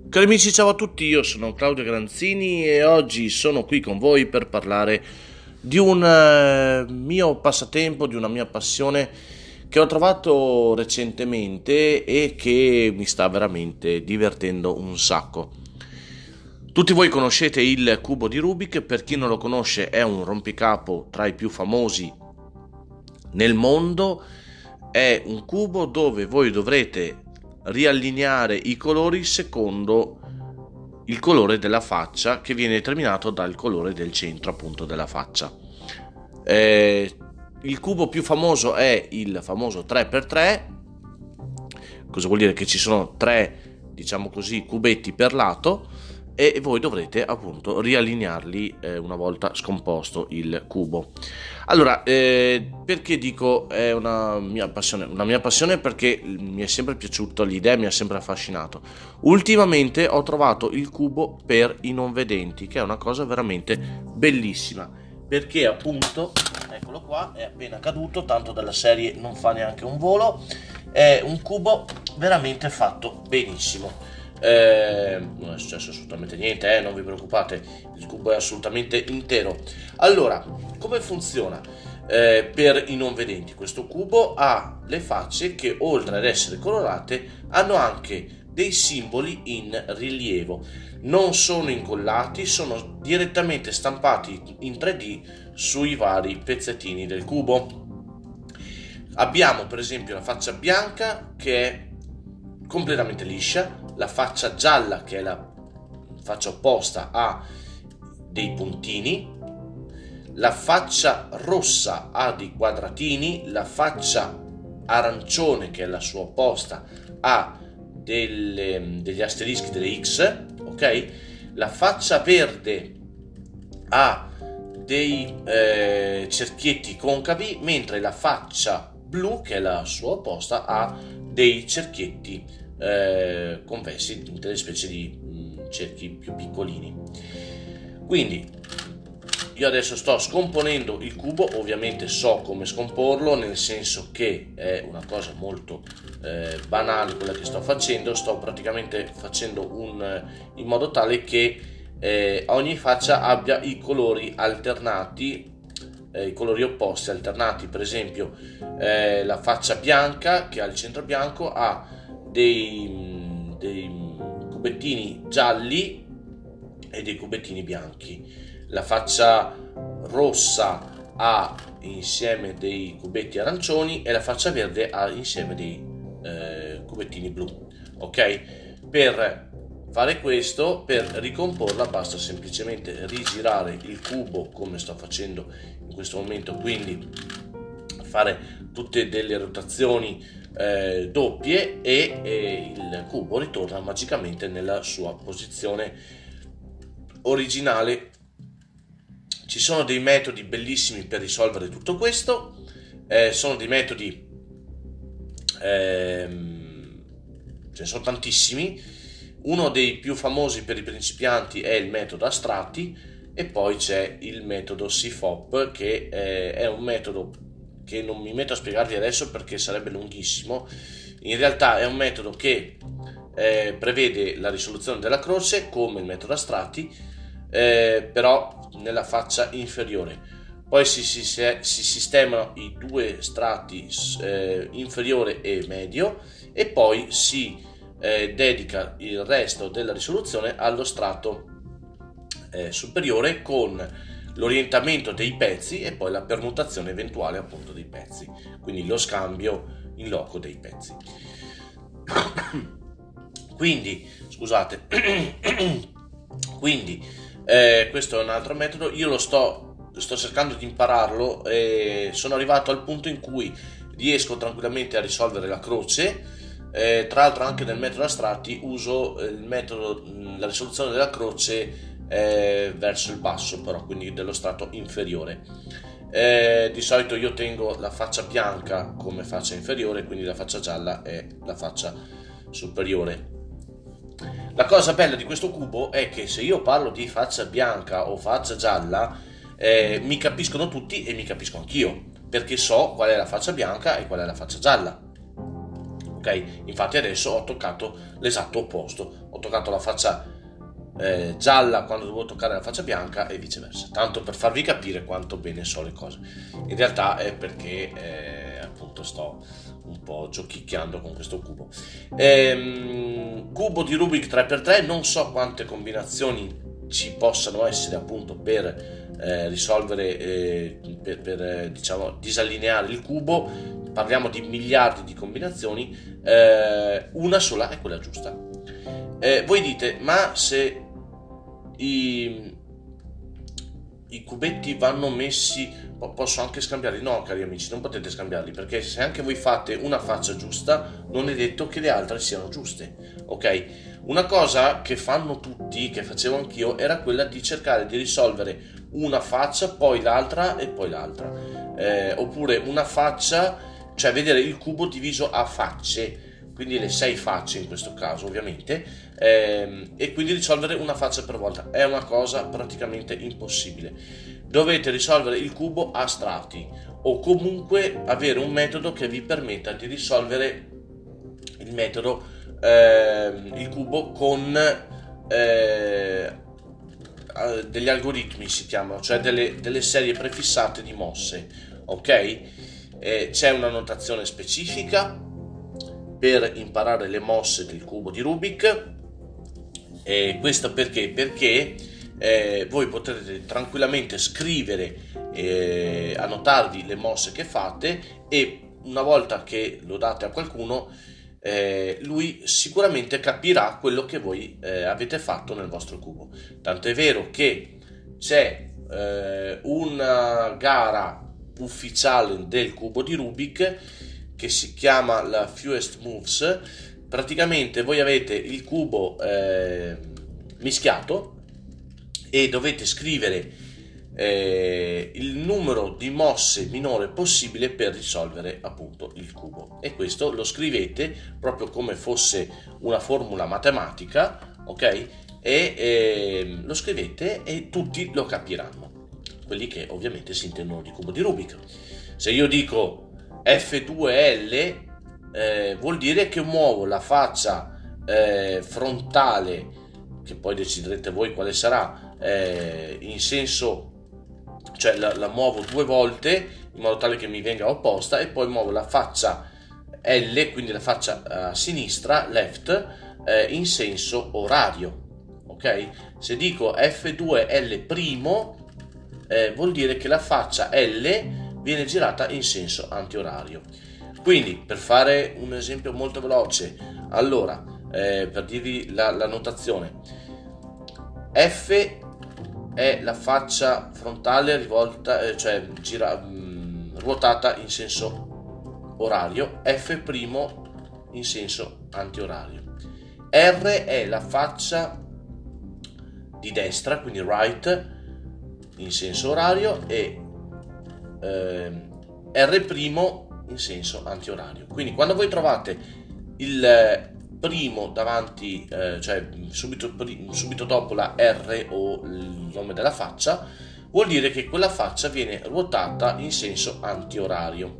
Cari amici, ciao a tutti, io sono Claudio Granzini e oggi sono qui con voi per parlare di un mio passatempo, di una mia passione che ho trovato recentemente e che mi sta veramente divertendo un sacco. Tutti voi conoscete il cubo di Rubik, per chi non lo conosce è un rompicapo tra i più famosi nel mondo. È un cubo dove voi dovrete riallineare i colori secondo il colore della faccia, che viene determinato dal colore del centro appunto della faccia. Il cubo più famoso è il famoso 3x3. Cosa vuol dire? Che ci sono tre, diciamo così, cubetti per lato e voi dovrete appunto riallinearli una volta scomposto il cubo. Allora, perché dico è una mia passione? Una mia passione perché mi è sempre piaciuta l'idea, mi ha sempre affascinato. Ultimamente ho trovato il cubo per i non vedenti, che è una cosa veramente bellissima, perché appunto, eccolo qua, è appena caduto, tanto dalla serie non fa neanche un volo. È un cubo veramente fatto benissimo. Non è successo assolutamente niente, non vi preoccupate, il cubo è assolutamente intero. Allora, come funziona? Per i non vedenti, questo cubo ha le facce che, oltre ad essere colorate, hanno anche dei simboli in rilievo. Non sono incollati, sono direttamente stampati in 3D sui vari pezzettini del cubo. Abbiamo per esempio la faccia bianca, che è completamente liscia, la faccia gialla, che è la faccia opposta, ha dei puntini, la faccia rossa ha dei quadratini, la faccia arancione, che è la sua opposta, ha degli asterischi, delle X, ok? La faccia verde ha dei cerchietti concavi, mentre la faccia blu, che è la sua opposta, ha dei cerchietti convessi, delle specie di cerchi più piccolini. Quindi io adesso sto scomponendo il cubo, ovviamente so come scomporlo, nel senso che è una cosa molto banale quella che sto facendo. Sto praticamente facendo in modo tale che ogni faccia abbia i colori alternati, i colori opposti alternati. Per esempio la faccia bianca, che ha il centro bianco, ha dei cubettini gialli e dei cubettini bianchi. La faccia rossa ha insieme dei cubetti arancioni e la faccia verde ha insieme dei cubettini blu. Ok? Per fare questo, per ricomporla, basta semplicemente rigirare il cubo come sto facendo in questo momento, quindi fare tutte delle rotazioni doppie e il cubo ritorna magicamente nella sua posizione originale. Ci sono dei metodi bellissimi per risolvere tutto questo, sono dei metodi, ce ne sono tantissimi. Uno dei più famosi per i principianti è il metodo a strati, e poi c'è il metodo SIFOP, che è un metodo che non mi metto a spiegarvi adesso perché sarebbe lunghissimo. In realtà è un metodo che prevede la risoluzione della croce come il metodo a strati, però nella faccia inferiore. Poi si sistemano i due strati inferiore e medio, e poi si dedica il resto della risoluzione allo strato superiore, con l'orientamento dei pezzi e poi la permutazione eventuale appunto dei pezzi, quindi lo scambio in loco dei pezzi. Quindi scusate quindi questo è un altro metodo. Io sto cercando di impararlo e sono arrivato al punto in cui riesco tranquillamente a risolvere la croce. Tra l'altro anche nel metodo a strati uso la risoluzione della croce verso il basso, però, quindi dello strato inferiore. Di solito io tengo la faccia bianca come faccia inferiore, quindi la faccia gialla è la faccia superiore. La cosa bella di questo cubo è che se io parlo di faccia bianca o faccia gialla, mi capiscono tutti e mi capisco anch'io, perché so qual è la faccia bianca e qual è la faccia gialla. ok? Infatti adesso ho toccato l'esatto opposto, ho toccato la faccia gialla quando dovevo toccare la faccia bianca e viceversa, tanto per farvi capire quanto bene so le cose. In realtà è perché appunto sto un po' giochicchiando con questo cubo. Cubo di Rubik 3x3, non so quante combinazioni ci possano essere appunto per risolvere, diciamo disallineare il cubo. Parliamo di miliardi di combinazioni, una sola è quella giusta. Voi dite, ma se i cubetti vanno messi, posso anche scambiarli? No, cari amici, non potete scambiarli, perché se anche voi fate una faccia giusta non è detto che le altre siano giuste, ok? Una cosa che fanno tutti, che facevo anch'io, era quella di cercare di risolvere una faccia, poi l'altra e poi l'altra, oppure una faccia, cioè vedere il cubo diviso a facce, quindi le 6 facce in questo caso ovviamente, e quindi risolvere una faccia per volta. È una cosa praticamente impossibile. Dovete risolvere il cubo a strati, o comunque avere un metodo che vi permetta di risolvere il cubo con degli algoritmi, si chiamano, cioè delle serie prefissate di mosse, ok? C'è una notazione specifica per imparare le mosse del cubo di Rubik, e questo perché voi potete tranquillamente scrivere, annotarvi le mosse che fate, e una volta che lo date a qualcuno, lui sicuramente capirà quello che voi avete fatto nel vostro cubo. Tanto è vero che c'è una gara ufficiale del cubo di Rubik che si chiama la Fewest Moves. Praticamente voi avete il cubo mischiato e dovete scrivere il numero di mosse minore possibile per risolvere appunto il cubo, e questo lo scrivete proprio come fosse una formula matematica, ok? E lo scrivete e tutti lo capiranno, quelli che ovviamente si intendono di cubo di Rubik. Se io dico F2L, vuol dire che muovo la faccia frontale, che poi deciderete voi quale sarà, in senso, cioè la muovo 2 volte in modo tale che mi venga opposta, e poi muovo la faccia L, quindi la faccia a sinistra, left, in senso orario, ok? Se dico F2L', vuol dire che la faccia L viene girata in senso antiorario. Quindi, per fare un esempio molto veloce, allora, per dirvi la notazione, F è la faccia frontale rivolta, cioè ruotata in senso orario, F' in senso antiorario. R è la faccia di destra, quindi right, in senso orario, e R' in senso antiorario. Quindi quando voi trovate il primo davanti, cioè subito dopo la R o il nome della faccia, vuol dire che quella faccia viene ruotata in senso antiorario,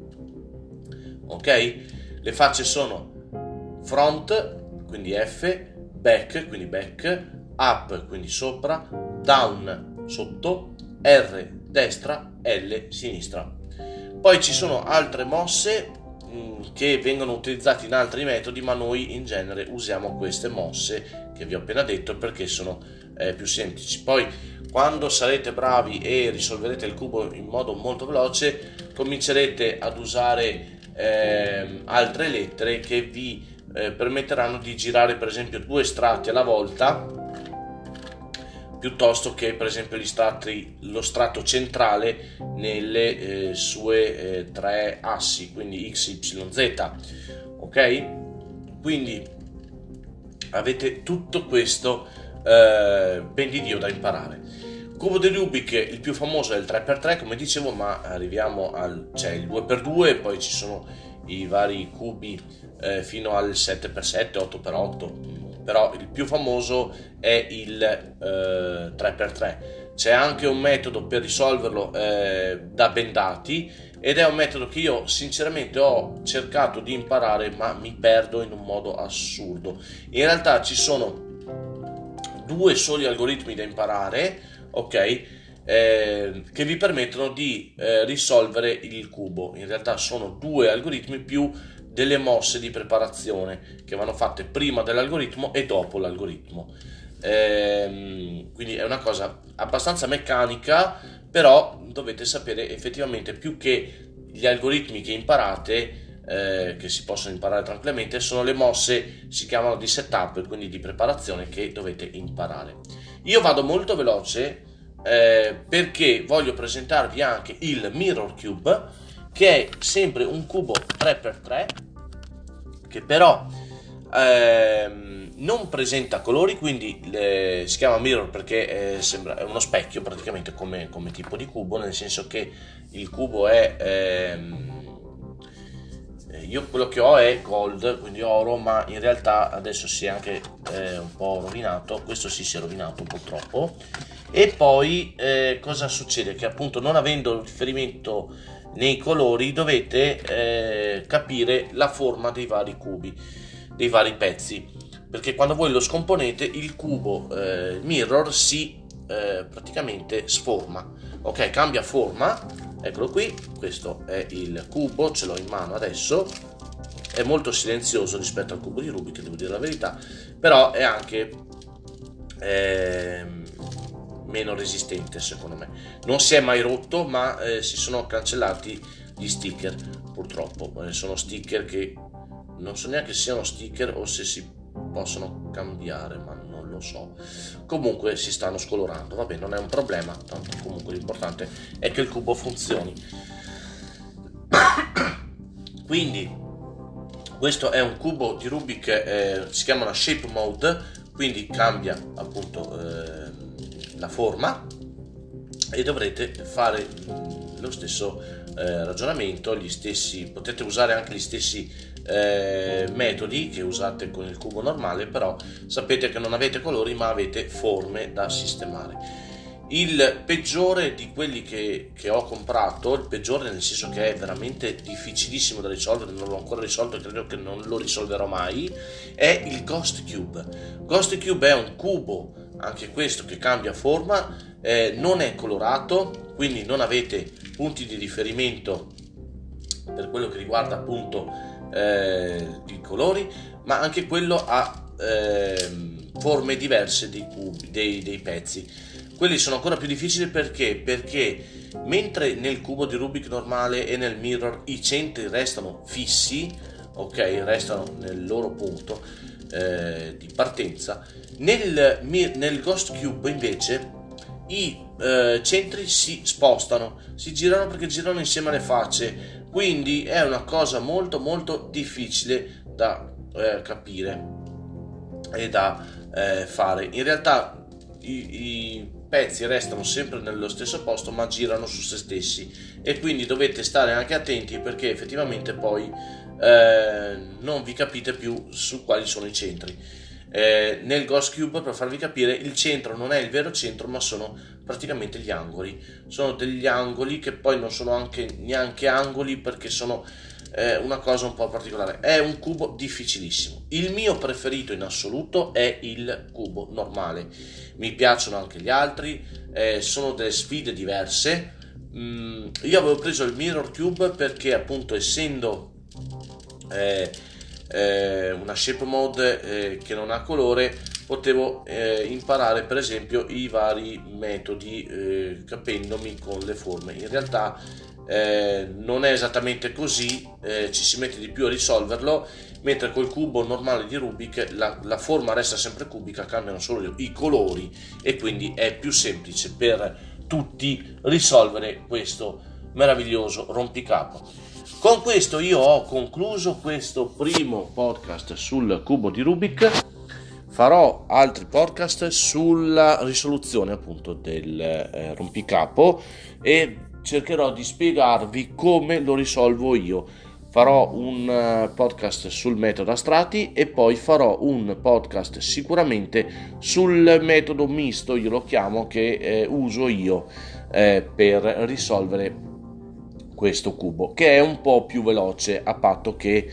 ok? Le facce sono front, quindi F, back, quindi back, up, quindi sopra, down, sotto, R destra, L sinistra. Poi ci sono altre mosse che vengono utilizzate in altri metodi, ma noi in genere usiamo queste mosse che vi ho appena detto perché sono più semplici. Poi quando sarete bravi e risolverete il cubo in modo molto veloce, comincerete ad usare altre lettere che vi permetteranno di girare per esempio 2 strati alla volta, piuttosto che per esempio lo strato centrale nelle sue 3 assi, quindi X, Y, Z, ok? Quindi avete tutto questo ben di Dio da imparare. Cubo di Rubik, il più famoso è il 3x3, come dicevo, ma arriviamo c'è il 2x2, poi ci sono i vari cubi fino al 7x7, 8x8, però il più famoso è il 3x3. C'è anche un metodo per risolverlo da bendati, ed è un metodo che io sinceramente ho cercato di imparare, ma mi perdo in un modo assurdo. In realtà ci sono 2 soli algoritmi da imparare, ok? Che vi permettono di risolvere il cubo. In realtà sono 2 algoritmi più delle mosse di preparazione che vanno fatte prima dell'algoritmo e dopo l'algoritmo. Quindi è una cosa abbastanza meccanica, però dovete sapere effettivamente, più che gli algoritmi che imparate, che si possono imparare tranquillamente, sono le mosse, si chiamano di setup, quindi di preparazione, che dovete imparare. Io vado molto veloce perché voglio presentarvi anche il Mirror Cube, che è sempre un cubo 3x3 che però non presenta colori, quindi si chiama mirror perché è uno specchio praticamente come tipo di cubo, nel senso che il cubo è io quello che ho è gold, quindi oro, ma in realtà adesso si è anche un po' rovinato, questo si è rovinato purtroppo. E poi cosa succede? Che appunto, non avendo riferimento nei colori, dovete capire la forma dei vari cubi, dei vari pezzi, perché quando voi lo scomponete il cubo mirror si praticamente sforma, ok, cambia forma. Eccolo qui, questo è il cubo, ce l'ho in mano adesso, è molto silenzioso rispetto al cubo di Rubik, devo dire la verità, però è anche meno resistente secondo me. Non si è mai rotto, ma si sono cancellati gli sticker, purtroppo. Sono sticker che non so neanche se siano sticker o se si possono cambiare, ma non lo so. Comunque si stanno scolorando, vabbè, non è un problema, tanto comunque l'importante è che il cubo funzioni. Quindi questo è un cubo di Rubik, si chiama una shape mode, quindi cambia appunto la forma, e dovrete fare lo stesso ragionamento, potete usare anche gli stessi metodi che usate con il cubo normale, però sapete che non avete colori ma avete forme da sistemare. Il peggiore di quelli che ho comprato, il peggiore nel senso che è veramente difficilissimo da risolvere, non l'ho ancora risolto e credo che non lo risolverò mai, è il Ghost Cube. Ghost Cube è un cubo, anche questo, che cambia forma, non è colorato, quindi non avete punti di riferimento per quello che riguarda appunto i colori, ma anche quello ha forme diverse dei cubi, dei pezzi. Quelli sono ancora più difficili perché mentre nel cubo di Rubik normale e nel mirror i centri restano fissi, ok, restano nel loro punto di partenza, nel Ghost Cube invece i centri si spostano, si girano perché girano insieme alle facce, quindi è una cosa molto molto difficile da capire e da fare. In realtà i pezzi restano sempre nello stesso posto ma girano su se stessi, e quindi dovete stare anche attenti perché effettivamente poi non vi capite più su quali sono i centri. Nel Ghost Cube, per farvi capire, il centro non è il vero centro ma sono praticamente gli angoli, sono degli angoli che poi non sono anche neanche angoli perché sono una cosa un po' particolare. È un cubo difficilissimo. Il mio preferito in assoluto è il cubo normale, mi piacciono anche gli altri, sono delle sfide diverse. Io avevo preso il Mirror Cube perché appunto, essendo una shape mode che non ha colore, potevo imparare per esempio i vari metodi capendomi con le forme. In realtà non è esattamente così, ci si mette di più a risolverlo, mentre col cubo normale di Rubik la forma resta sempre cubica, cambiano solo i colori e quindi è più semplice per tutti risolvere questo meraviglioso rompicapo. Con questo io ho concluso questo primo podcast sul cubo di Rubik. Farò altri podcast sulla risoluzione appunto del rompicapo e cercherò di spiegarvi come lo risolvo io. Farò un podcast sul metodo a strati e poi farò un podcast sicuramente sul metodo misto, io lo chiamo, che uso io per risolvere questo cubo, che è un po' più veloce a patto che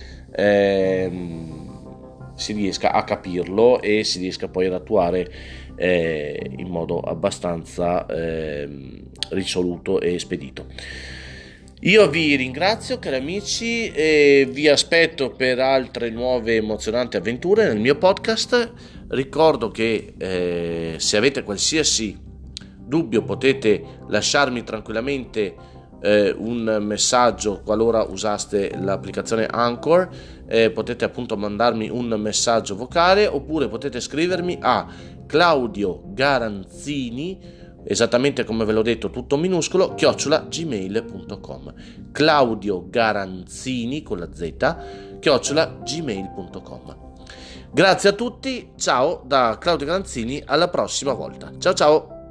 si riesca a capirlo e si riesca poi ad attuare in modo abbastanza risoluto e spedito. Io vi ringrazio, cari amici, e vi aspetto per altre nuove emozionanti avventure nel mio podcast. Ricordo che se avete qualsiasi dubbio potete lasciarmi tranquillamente un messaggio qualora usaste l'applicazione Anchor. Potete appunto mandarmi un messaggio vocale, oppure potete scrivermi a Claudio Garanzini, esattamente come ve l'ho detto, tutto minuscolo, @gmail.com. Claudio Garanzini con la Z @gmail.com. Grazie a tutti, ciao da Claudio Garanzini, alla prossima volta, ciao ciao.